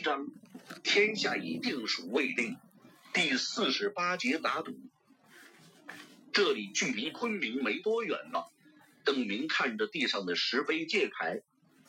章，天下已定属未定。第48节打赌。这里距离昆明没多远了。邓明看着地上的石碑界牌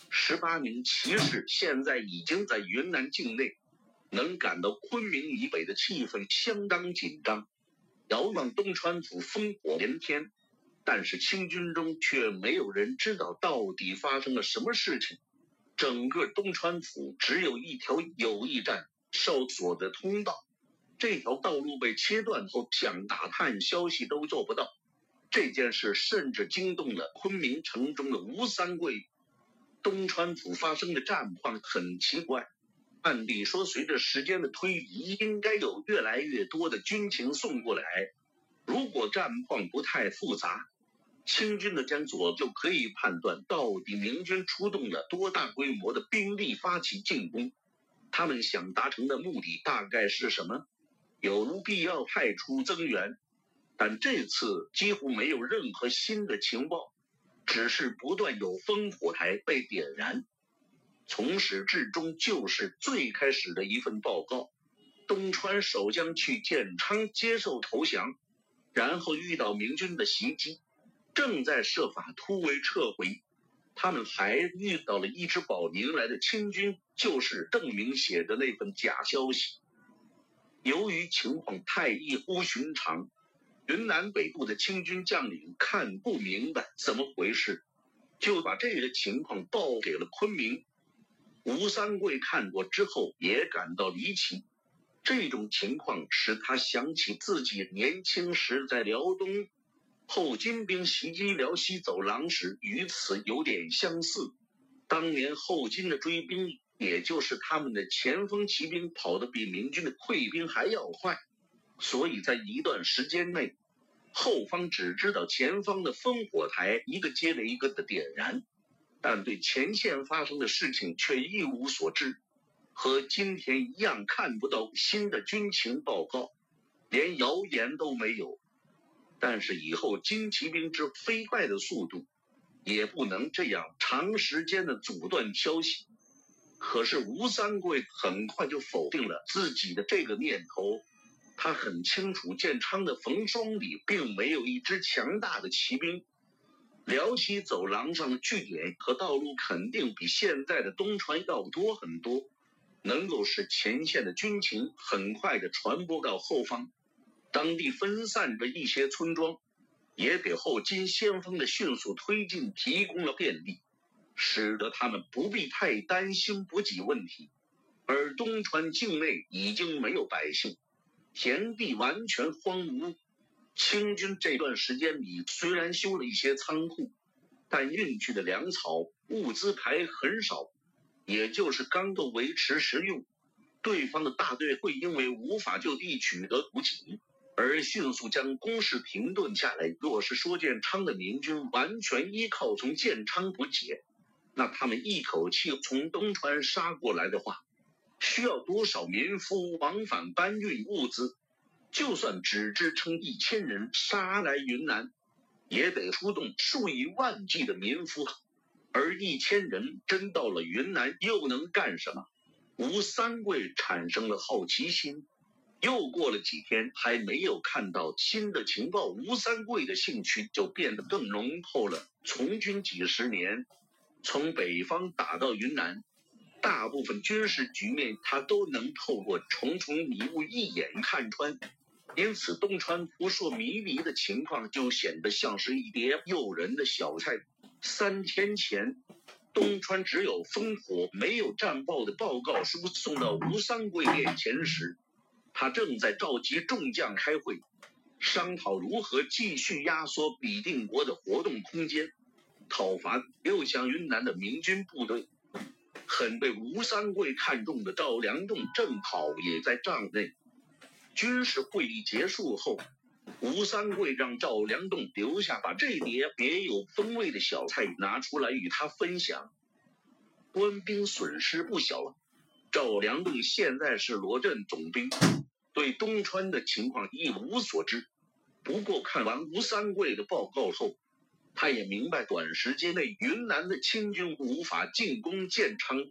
，18名骑士现在已经在云南境内，能感到昆明以北的气氛相当紧张。遥望东川府烽火连天，但是清军中却没有人知道到底发生了什么事情。整个东川府只有一条友谊站哨所的通道，这条道路被切断后，想打探消息都做不到。这件事甚至惊动了昆明城中的吴三桂。东川府发生的战况很奇怪，按理说随着时间的推移，应该有越来越多的军情送过来。如果战况不太复杂，清军的江左就可以判断到底明军出动了多大规模的兵力发起进攻。他们想达成的目的大概是什么？有无必要派出增援？但这次几乎没有任何新的情报，只是不断有烽火台被点燃。从始至终就是最开始的一份报告，东川守将去建昌接受投降，然后遇到明军的袭击，正在设法突围撤回。他们还遇到了一支保迎来的清军，就是邓明写的那份假消息。由于情况太异乎寻常，云南北部的清军将领看不明白怎么回事，就把这个情况报给了昆明。吴三桂看过之后也感到离奇，这种情况使他想起自己年轻时在辽东后金兵袭击辽西走廊时与此有点相似。当年后金的追兵，也就是他们的前锋骑兵，跑得比明军的溃兵还要快，所以在一段时间内，后方只知道前方的烽火台一个接着一个的点燃，但对前线发生的事情却一无所知，和今天一样看不到新的军情报告，连谣言都没有。但是以后金骑兵之飞快的速度，也不能这样长时间的阻断消息。可是吴三桂很快就否定了自己的这个念头，他很清楚建昌的冯双里并没有一支强大的骑兵，辽西走廊上的据点和道路肯定比现在的东川要多很多，能够使前线的军情很快的传播到后方。当地分散着一些村庄，也给后金先锋的迅速推进提供了便利，使得他们不必太担心补给问题。而东川境内已经没有百姓，田地完全荒芜。清军这段时间里虽然修了一些仓库，但运去的粮草物资还很少，也就是刚够维持食用。对方的大队会因为无法就地取得补给而迅速将攻势停顿下来。若是说建昌的明军完全依靠从建昌补给，那他们一口气从东川杀过来的话，需要多少民夫往返搬运物资？就算只支撑1000人杀来云南，也得出动数以万计的民夫，而1000人真到了云南又能干什么？吴三桂产生了好奇心。又过了几天，还没有看到新的情报，吴三桂的兴趣就变得更浓厚了。从军几十年，从北方打到云南，大部分军事局面他都能透过重重迷雾一眼看穿，因此东川扑朔迷离的情况就显得像是一碟诱人的小菜。3天前，东川只有烽火没有战报的报告书送到吴三桂面前时，他正在召集众将开会，商讨如何继续压缩李定国的活动空间，讨伐6项云南的明军部队。很被吴三桂看中的赵良栋正好也在帐内。军事会议结束后，吴三桂让赵良栋留下，把这碟别有风味的小菜拿出来与他分享。官兵损失不小了，赵良栋现在是罗镇总兵，对东川的情况一无所知。不过看完吴三桂的报告后，他也明白短时间内云南的清军无法进攻建昌，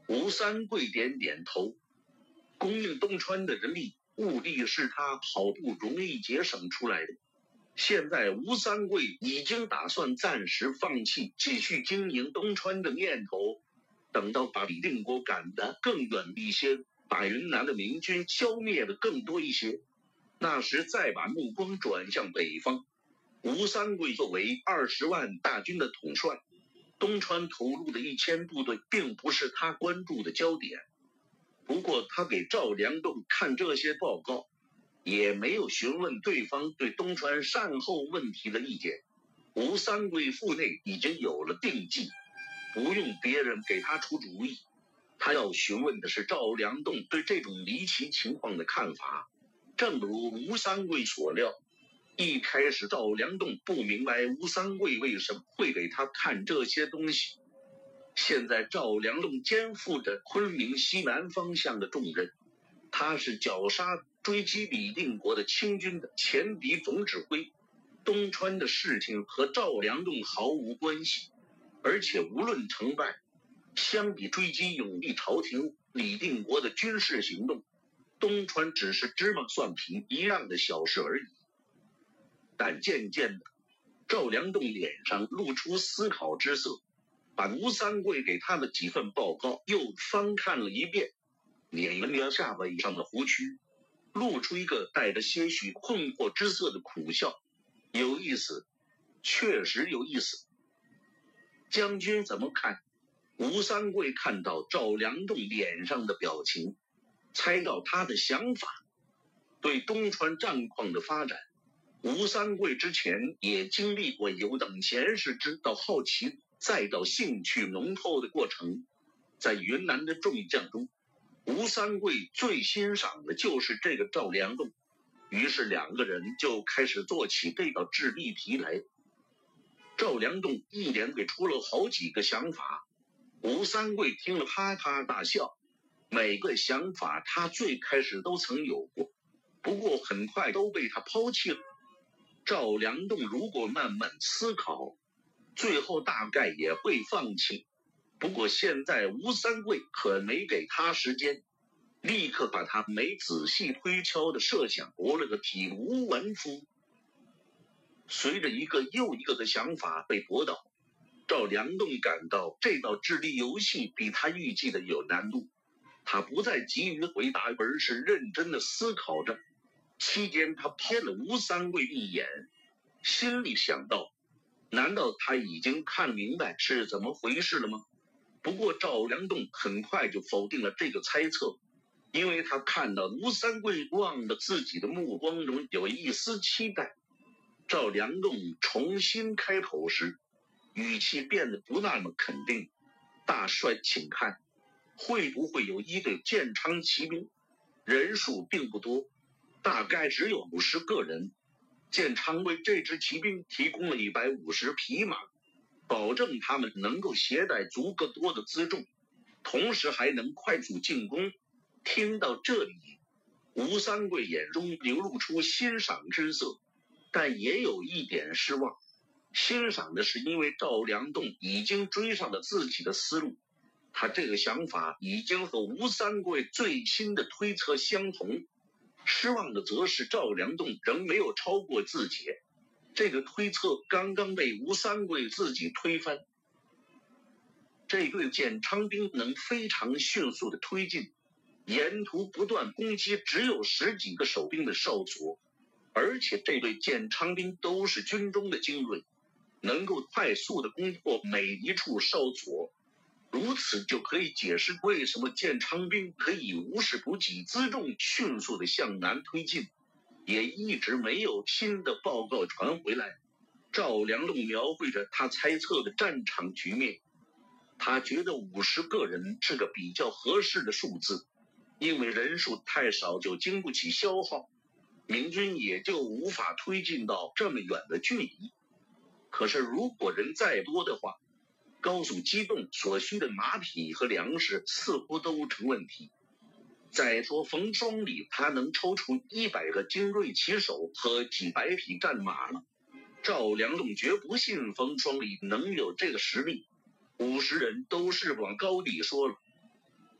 吴三桂点点头，供应东川的人力物力是他好不容易节省出来的。现在吴三桂已经打算暂时放弃继续经营东川的念头，等到把李定国赶得更远一些，把云南的明军消灭的更多一些，那时再把目光转向北方。吴三桂作为20万大军的统帅，东川投入的1000部队并不是他关注的焦点。不过他给赵良栋看这些报告，也没有询问对方对东川善后问题的意见。吴三桂腹内已经有了定计，不用别人给他出主意，他要询问的是赵良栋对这种离奇情况的看法。正如吴三桂所料，一开始赵良栋不明白吴三桂为什么会给他看这些东西。现在赵良栋肩负着昆明西南方向的重任，他是绞杀追击李定国的清军的前敌总指挥。东川的事情和赵良栋毫无关系，而且无论成败，相比追击永历朝廷李定国的军事行动，东川只是芝麻蒜皮一样的小事而已。但渐渐的，赵良栋脸上露出思考之色，把吴三桂给他的几份报告又翻看了一遍，捻了捻下巴上的胡须，露出一个带着些许困惑之色的苦笑。有意思，确实有意思。将军怎么看？吴三桂看到赵良栋脸上的表情，猜到他的想法。对东川战况的发展，吴三桂之前也经历过有等闲视之到好奇再到兴趣浓厚的过程。在云南的众将中，吴三桂最欣赏的就是这个赵良栋，于是两个人就开始做起这道智力题来。赵良栋一连给出了好几个想法，吴三桂听了哈哈大笑。每个想法他最开始都曾有过，不过很快都被他抛弃了。赵良栋如果慢慢思考，最后大概也会放弃。不过现在吴三桂可没给他时间，立刻把他没仔细推敲的设想驳了个体无完肤。随着一个又一个的想法被驳倒，赵良栋感到这道智力游戏比他预计的有难度。他不再急于回答，而是认真的思考着。期间他瞥了吴三桂一眼，心里想到，难道他已经看明白是怎么回事了吗？不过赵良栋很快就否定了这个猜测，因为他看到吴三桂望着自己的目光中有一丝期待。赵良栋重新开口时，语气变得不那么肯定。大帅请看，会不会有一队建昌骑兵？人数并不多，大概只有50个人。建昌为这支骑兵提供了150匹马，保证他们能够携带足够多的辎重，同时还能快速进攻。听到这里，吴三桂眼中流露出欣赏之色，但也有一点失望。欣赏的是因为赵良栋已经追上了自己的思路，他这个想法已经和吴三桂最新的推测相同。失望的则是赵良栋仍没有超过自己，这个推测刚刚被吴三桂自己推翻。这队建昌兵能非常迅速地推进，沿途不断攻击只有10几个守兵的哨所，而且这队建昌兵都是军中的精锐，能够快速地攻破每一处哨所。如此就可以解释为什么建昌兵可以无视补给辎重迅速地向南推进，也一直没有新的报告传回来。赵良栋描绘着他猜测的战场局面，他觉得50个人是个比较合适的数字，因为人数太少就经不起消耗，明军也就无法推进到这么远的距离。可是如果人再多的话，高速机动所需的马匹和粮食似乎都成问题。再说冯双礼他能抽出100个精锐骑手和几百匹战马吗？赵良栋绝不信冯双礼能有这个实力，50人都是往高里说了。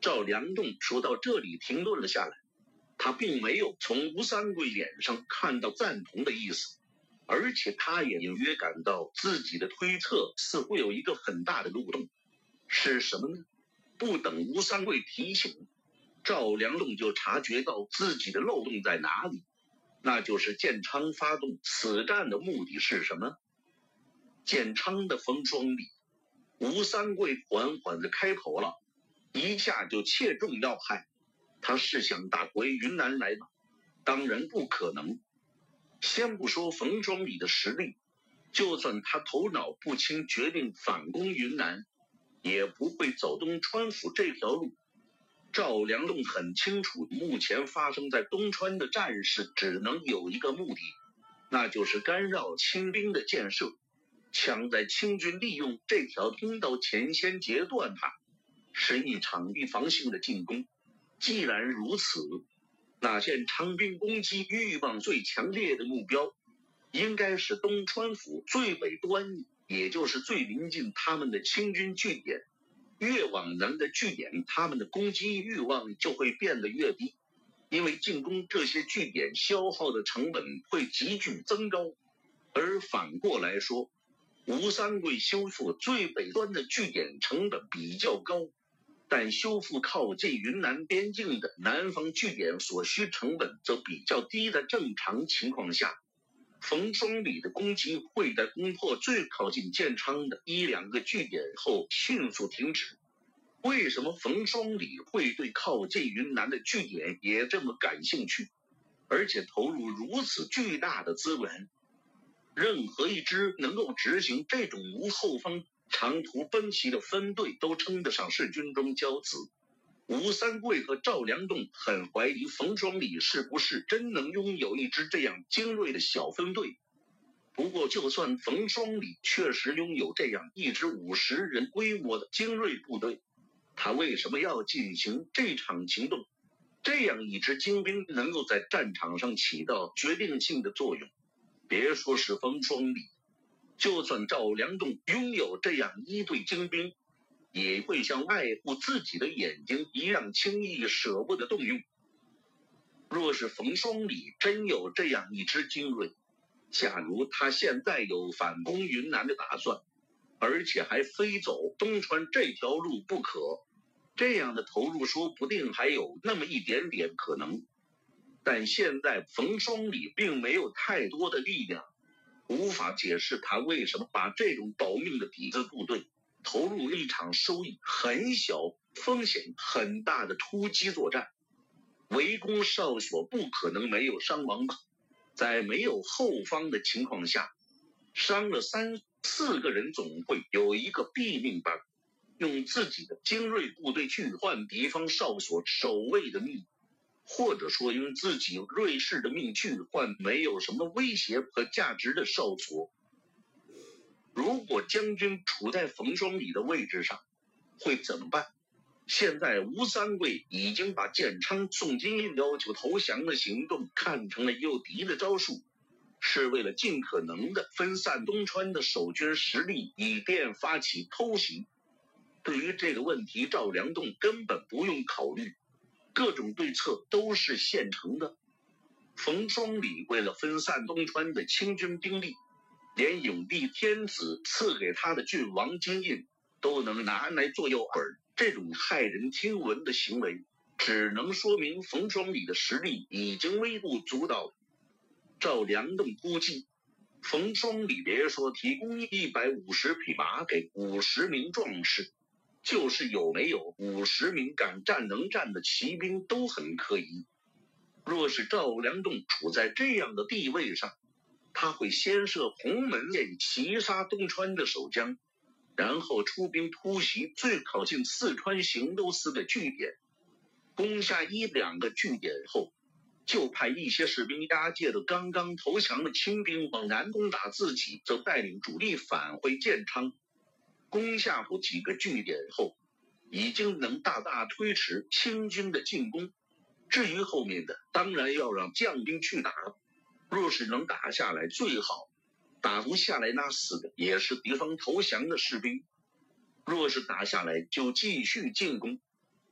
赵良栋说到这里停顿了下来，他并没有从吴三桂脸上看到赞同的意思，而且他也隐约感到自己的推测似乎有一个很大的漏洞。是什么呢？不等吴三桂提醒，赵良栋就察觉到自己的漏洞在哪里，那就是建昌发动此战的目的是什么？建昌的风霜里，吴三桂缓缓地开口了，一下就切中要害。他是想打回云南来吗？当然不可能。先不说冯双礼的实力，就算他头脑不清决定反攻云南，也不会走东川府这条路。赵良栋很清楚，目前发生在东川的战事只能有一个目的，那就是干扰清兵的建设，抢在清军利用这条通道前先截断它，是一场预防性的进攻。既然如此，那建昌兵攻击欲望最强烈的目标，应该是东川府最北端，也就是最临近他们的清军据点。越往南的据点，他们的攻击欲望就会变得越低，因为进攻这些据点消耗的成本会急剧增高。而反过来说，吴三桂修复最北端的据点成本比较高，但修复靠近云南边境的南方据点所需成本则比较低的正常情况下，冯双礼的攻击会在攻破最靠近建昌的一两个据点后迅速停止。为什么冯双礼会对靠近云南的据点也这么感兴趣，而且投入如此巨大的资源？任何一支能够执行这种无后方长途奔袭的分队都称得上是军中骄子。吴三桂和赵良栋很怀疑冯双礼是不是真能拥有一支这样精锐的小分队。不过就算冯双礼确实拥有这样一支50人规模的精锐部队，他为什么要进行这场行动？这样一支精兵能够在战场上起到决定性的作用，别说是冯双礼，就算赵良栋拥有这样一队精兵，也会像爱护自己的眼睛一样轻易舍不得动用。若是冯双礼真有这样一支精锐，假如他现在有反攻云南的打算，而且还非走东川这条路不可，这样的投入说不定还有那么一点点可能。但现在冯双礼并没有太多的力量，无法解释他为什么把这种保命的底子部队投入一场收益很小、风险很大的突击作战。围攻哨所不可能没有伤亡吧？在没有后方的情况下，伤了3、4个人总会有一个毙命吧？用自己的精锐部队去换敌方哨所守卫的命，或者说用自己锐士的命去换没有什么威胁和价值的哨所。如果将军处在冯双礼的位置上，会怎么办？现在吴三桂已经把建昌宋金印要求投降的行动看成了诱敌的招数，是为了尽可能的分散东川的守军实力，以便发起偷袭。对于这个问题，赵良栋根本不用考虑，各种对策都是现成的。冯双礼为了分散东川的清军兵力，连永帝天子赐给他的郡王金印都能拿来做诱饵，这种骇人听闻的行为，只能说明冯双礼的实力已经微不足道。赵良栋估计，冯双礼别说提供150匹马给50名壮士，就是有没有50名敢战能战的骑兵都很可疑。若是赵良栋处在这样的地位上，他会先设鸿门宴袭杀东川的守将，然后出兵突袭最靠近四川行都司的据点，攻下1、2个据点后，就派一些士兵押解的刚刚投降的清兵往南攻打，自己则带领主力返回建昌。攻下不几个据点后，已经能大大推迟清军的进攻。至于后面的，当然要让将兵去打，若是能打下来最好，打不下来那死的也是敌方投降的士兵。若是打下来就继续进攻，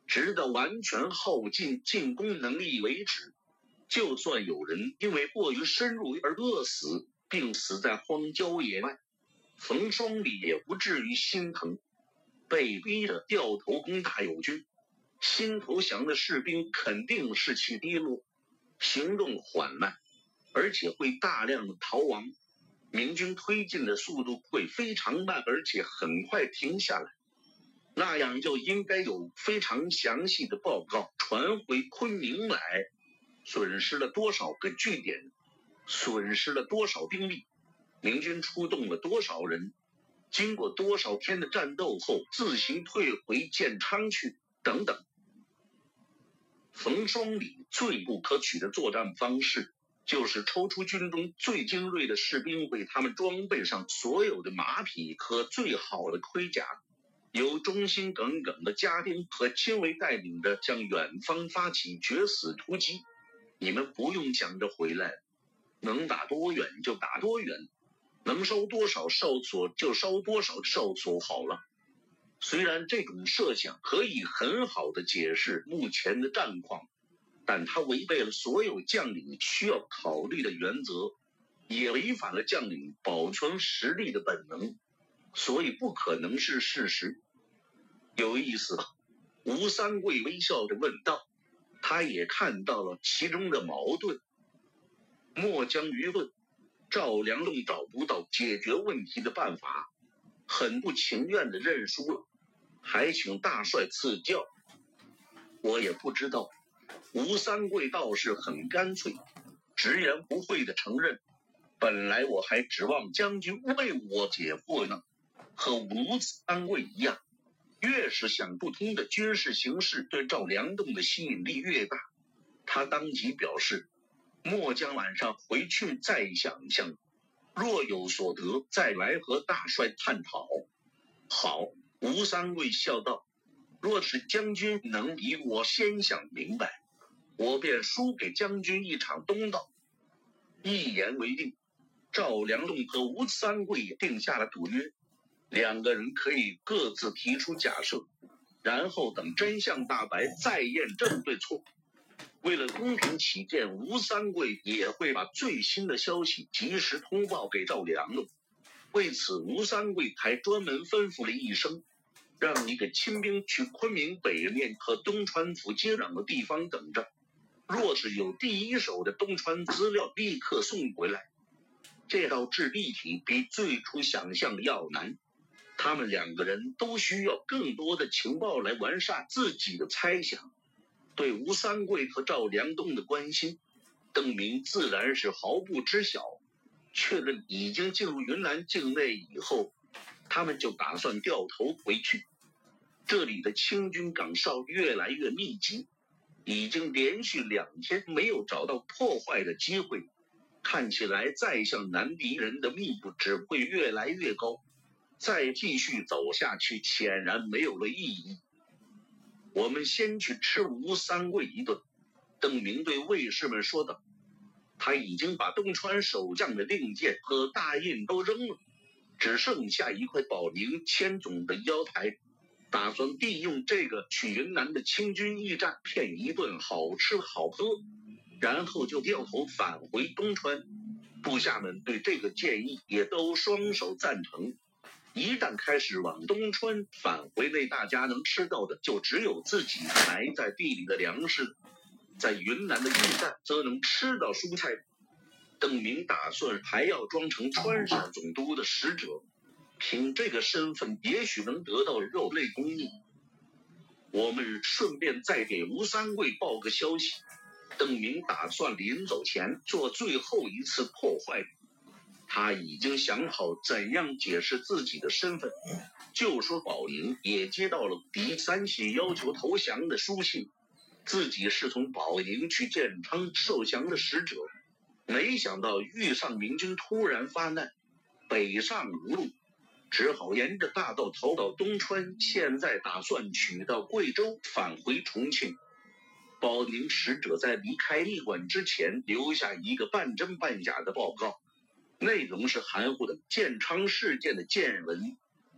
直到完全耗尽进攻能力为止。就算有人因为过于深入而饿死，并死在荒郊野外，冯双礼也不至于心疼。被逼着掉头攻大友军，新投降的士兵肯定士气低落，行动缓慢，而且会大量的逃亡。明军推进的速度会非常慢，而且很快停下来。那样就应该有非常详细的报告传回昆明来，损失了多少个据点，损失了多少兵力，明军出动了多少人，经过多少天的战斗后自行退回建昌去，等等。冯双礼最不可取的作战方式，就是抽出军中最精锐的士兵，为他们装备上所有的马匹和最好的盔甲，由忠心耿耿的家丁和亲卫带领着向远方发起决死突击。你们不用想着回来，能打多远就打多远，能烧多少哨所就烧多少哨所好了。虽然这种设想可以很好的解释目前的战况，但它违背了所有将领需要考虑的原则，也违反了将领保存实力的本能，所以不可能是事实。有意思吧？吴三桂微笑着问道，他也看到了其中的矛盾。末将愚笨，赵良栋找不到解决问题的办法，很不情愿地认输了，还请大帅赐教。我也不知道。吴三桂倒是很干脆，直言不讳地承认，本来我还指望将军为我解惑呢。和吴三桂一样，越是想不通的军事形势对赵良栋的吸引力越大。他当即表示，末将晚上回去再想想，若有所得再来和大帅探讨。好，吴三桂笑道，若是将军能比我先想明白，我便输给将军一场东道。一言为定，赵良栋和吴三桂定下了赌约，两个人可以各自提出假设，然后等真相大白再验证对错。为了公平起见，吴三桂也会把最新的消息及时通报给赵良栋。为此，吴三桂还专门吩咐了一声，让一个亲兵去昆明北面和东川府接壤的地方等着，若是有第一手的东川资料，立刻送回来。这道智力题比最初想象的要难，他们两个人都需要更多的情报来完善自己的猜想。对吴三桂和赵良栋的关心，邓明自然是毫不知晓。确认已经进入云南境内以后，他们就打算掉头回去。这里的清军岗哨越来越密集，已经连续2天没有找到破坏的机会，看起来再向南敌人的密度只会越来越高，再继续走下去显然没有了意义。我们先去吃吴三桂一顿，邓明对卫士们说道。他已经把东川守将的令箭和大印都扔了，只剩下一块保宁千总的腰牌，打算利用这个去云南的清军驿站骗一顿好吃好喝，然后就掉头返回东川。部下们对这个建议也都双手赞成。一旦开始往东川返回，那大家能吃到的就只有自己埋在地里的粮食，在云南的驿站则能吃到蔬菜。邓明打算还要装成川陕总督的使者，凭这个身份也许能得到肉类供应。我们顺便再给吴三桂报个消息，邓明打算临走前做最后一次破坏。他已经想好怎样解释自己的身份，就说保宁也接到了第3系要求投降的书信，自己是从保宁去建昌受降的使者，没想到遇上明军突然发难，北上无路，只好沿着大道逃到东川，现在打算取到贵州返回重庆。保宁使者在离开驿馆之前留下一个半真半假的报告，内容是含糊的建昌事件的见闻。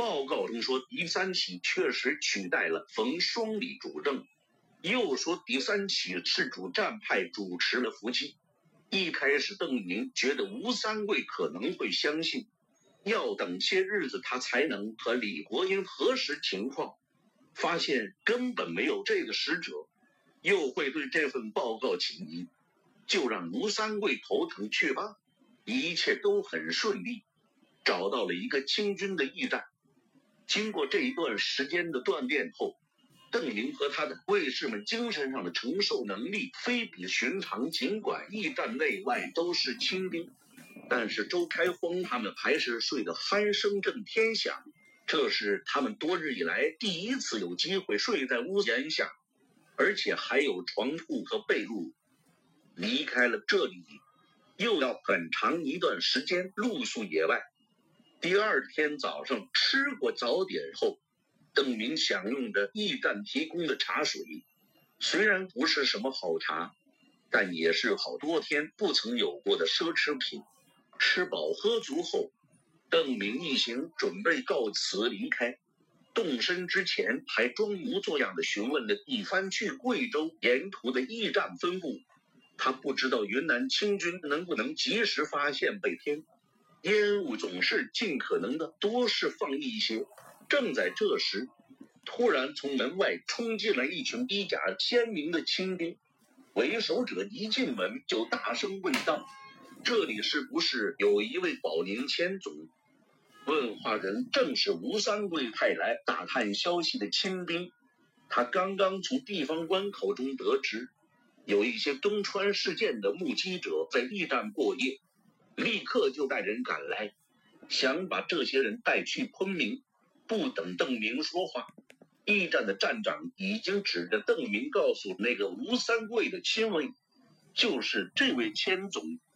报告中说第三起确实取代了冯双礼主政，又说第三起是主战派主持了伏击。一开始邓明觉得吴三桂可能会相信，要等些日子他才能和李国英核实情况，发现根本没有这个使者，又会对这份报告起疑，就让吴三桂头疼去吧。一切都很顺利，找到了一个清军的驿站。经过这一段时间的锻炼后，邓明和他的卫士们精神上的承受能力非比寻常，尽管驿站内外都是清兵，但是周开荒他们还是睡得鼾声震天响。这是他们多日以来第一次有机会睡在屋檐下，而且还有床铺和被褥。离开了这里，又要很长一段时间露宿野外。第二天早上吃过早点后，邓明享用着驿站提供的茶水，虽然不是什么好茶，但也是好多天不曾有过的奢侈品。吃饱喝足后，邓明一行准备告辞离开。动身之前还装模作样地询问了一番去贵州沿途的驿站分布。他不知道云南清军能不能及时发现被天，烟雾总是尽可能的多释放一些。正在这时，突然从门外冲进来一群衣甲鲜明的清兵。为首者一进门就大声问道：“这里是不是有一位保宁千总？”问话人正是吴三桂派来打探消息的清兵。他刚刚从地方官口中得知，有一些东川事件的目击者在驿站过夜，立刻就带人赶来，想把这些人带去昆明。不等邓明说话，驿站的站长已经指着邓明告诉那个吴三桂的亲卫，就是这位千总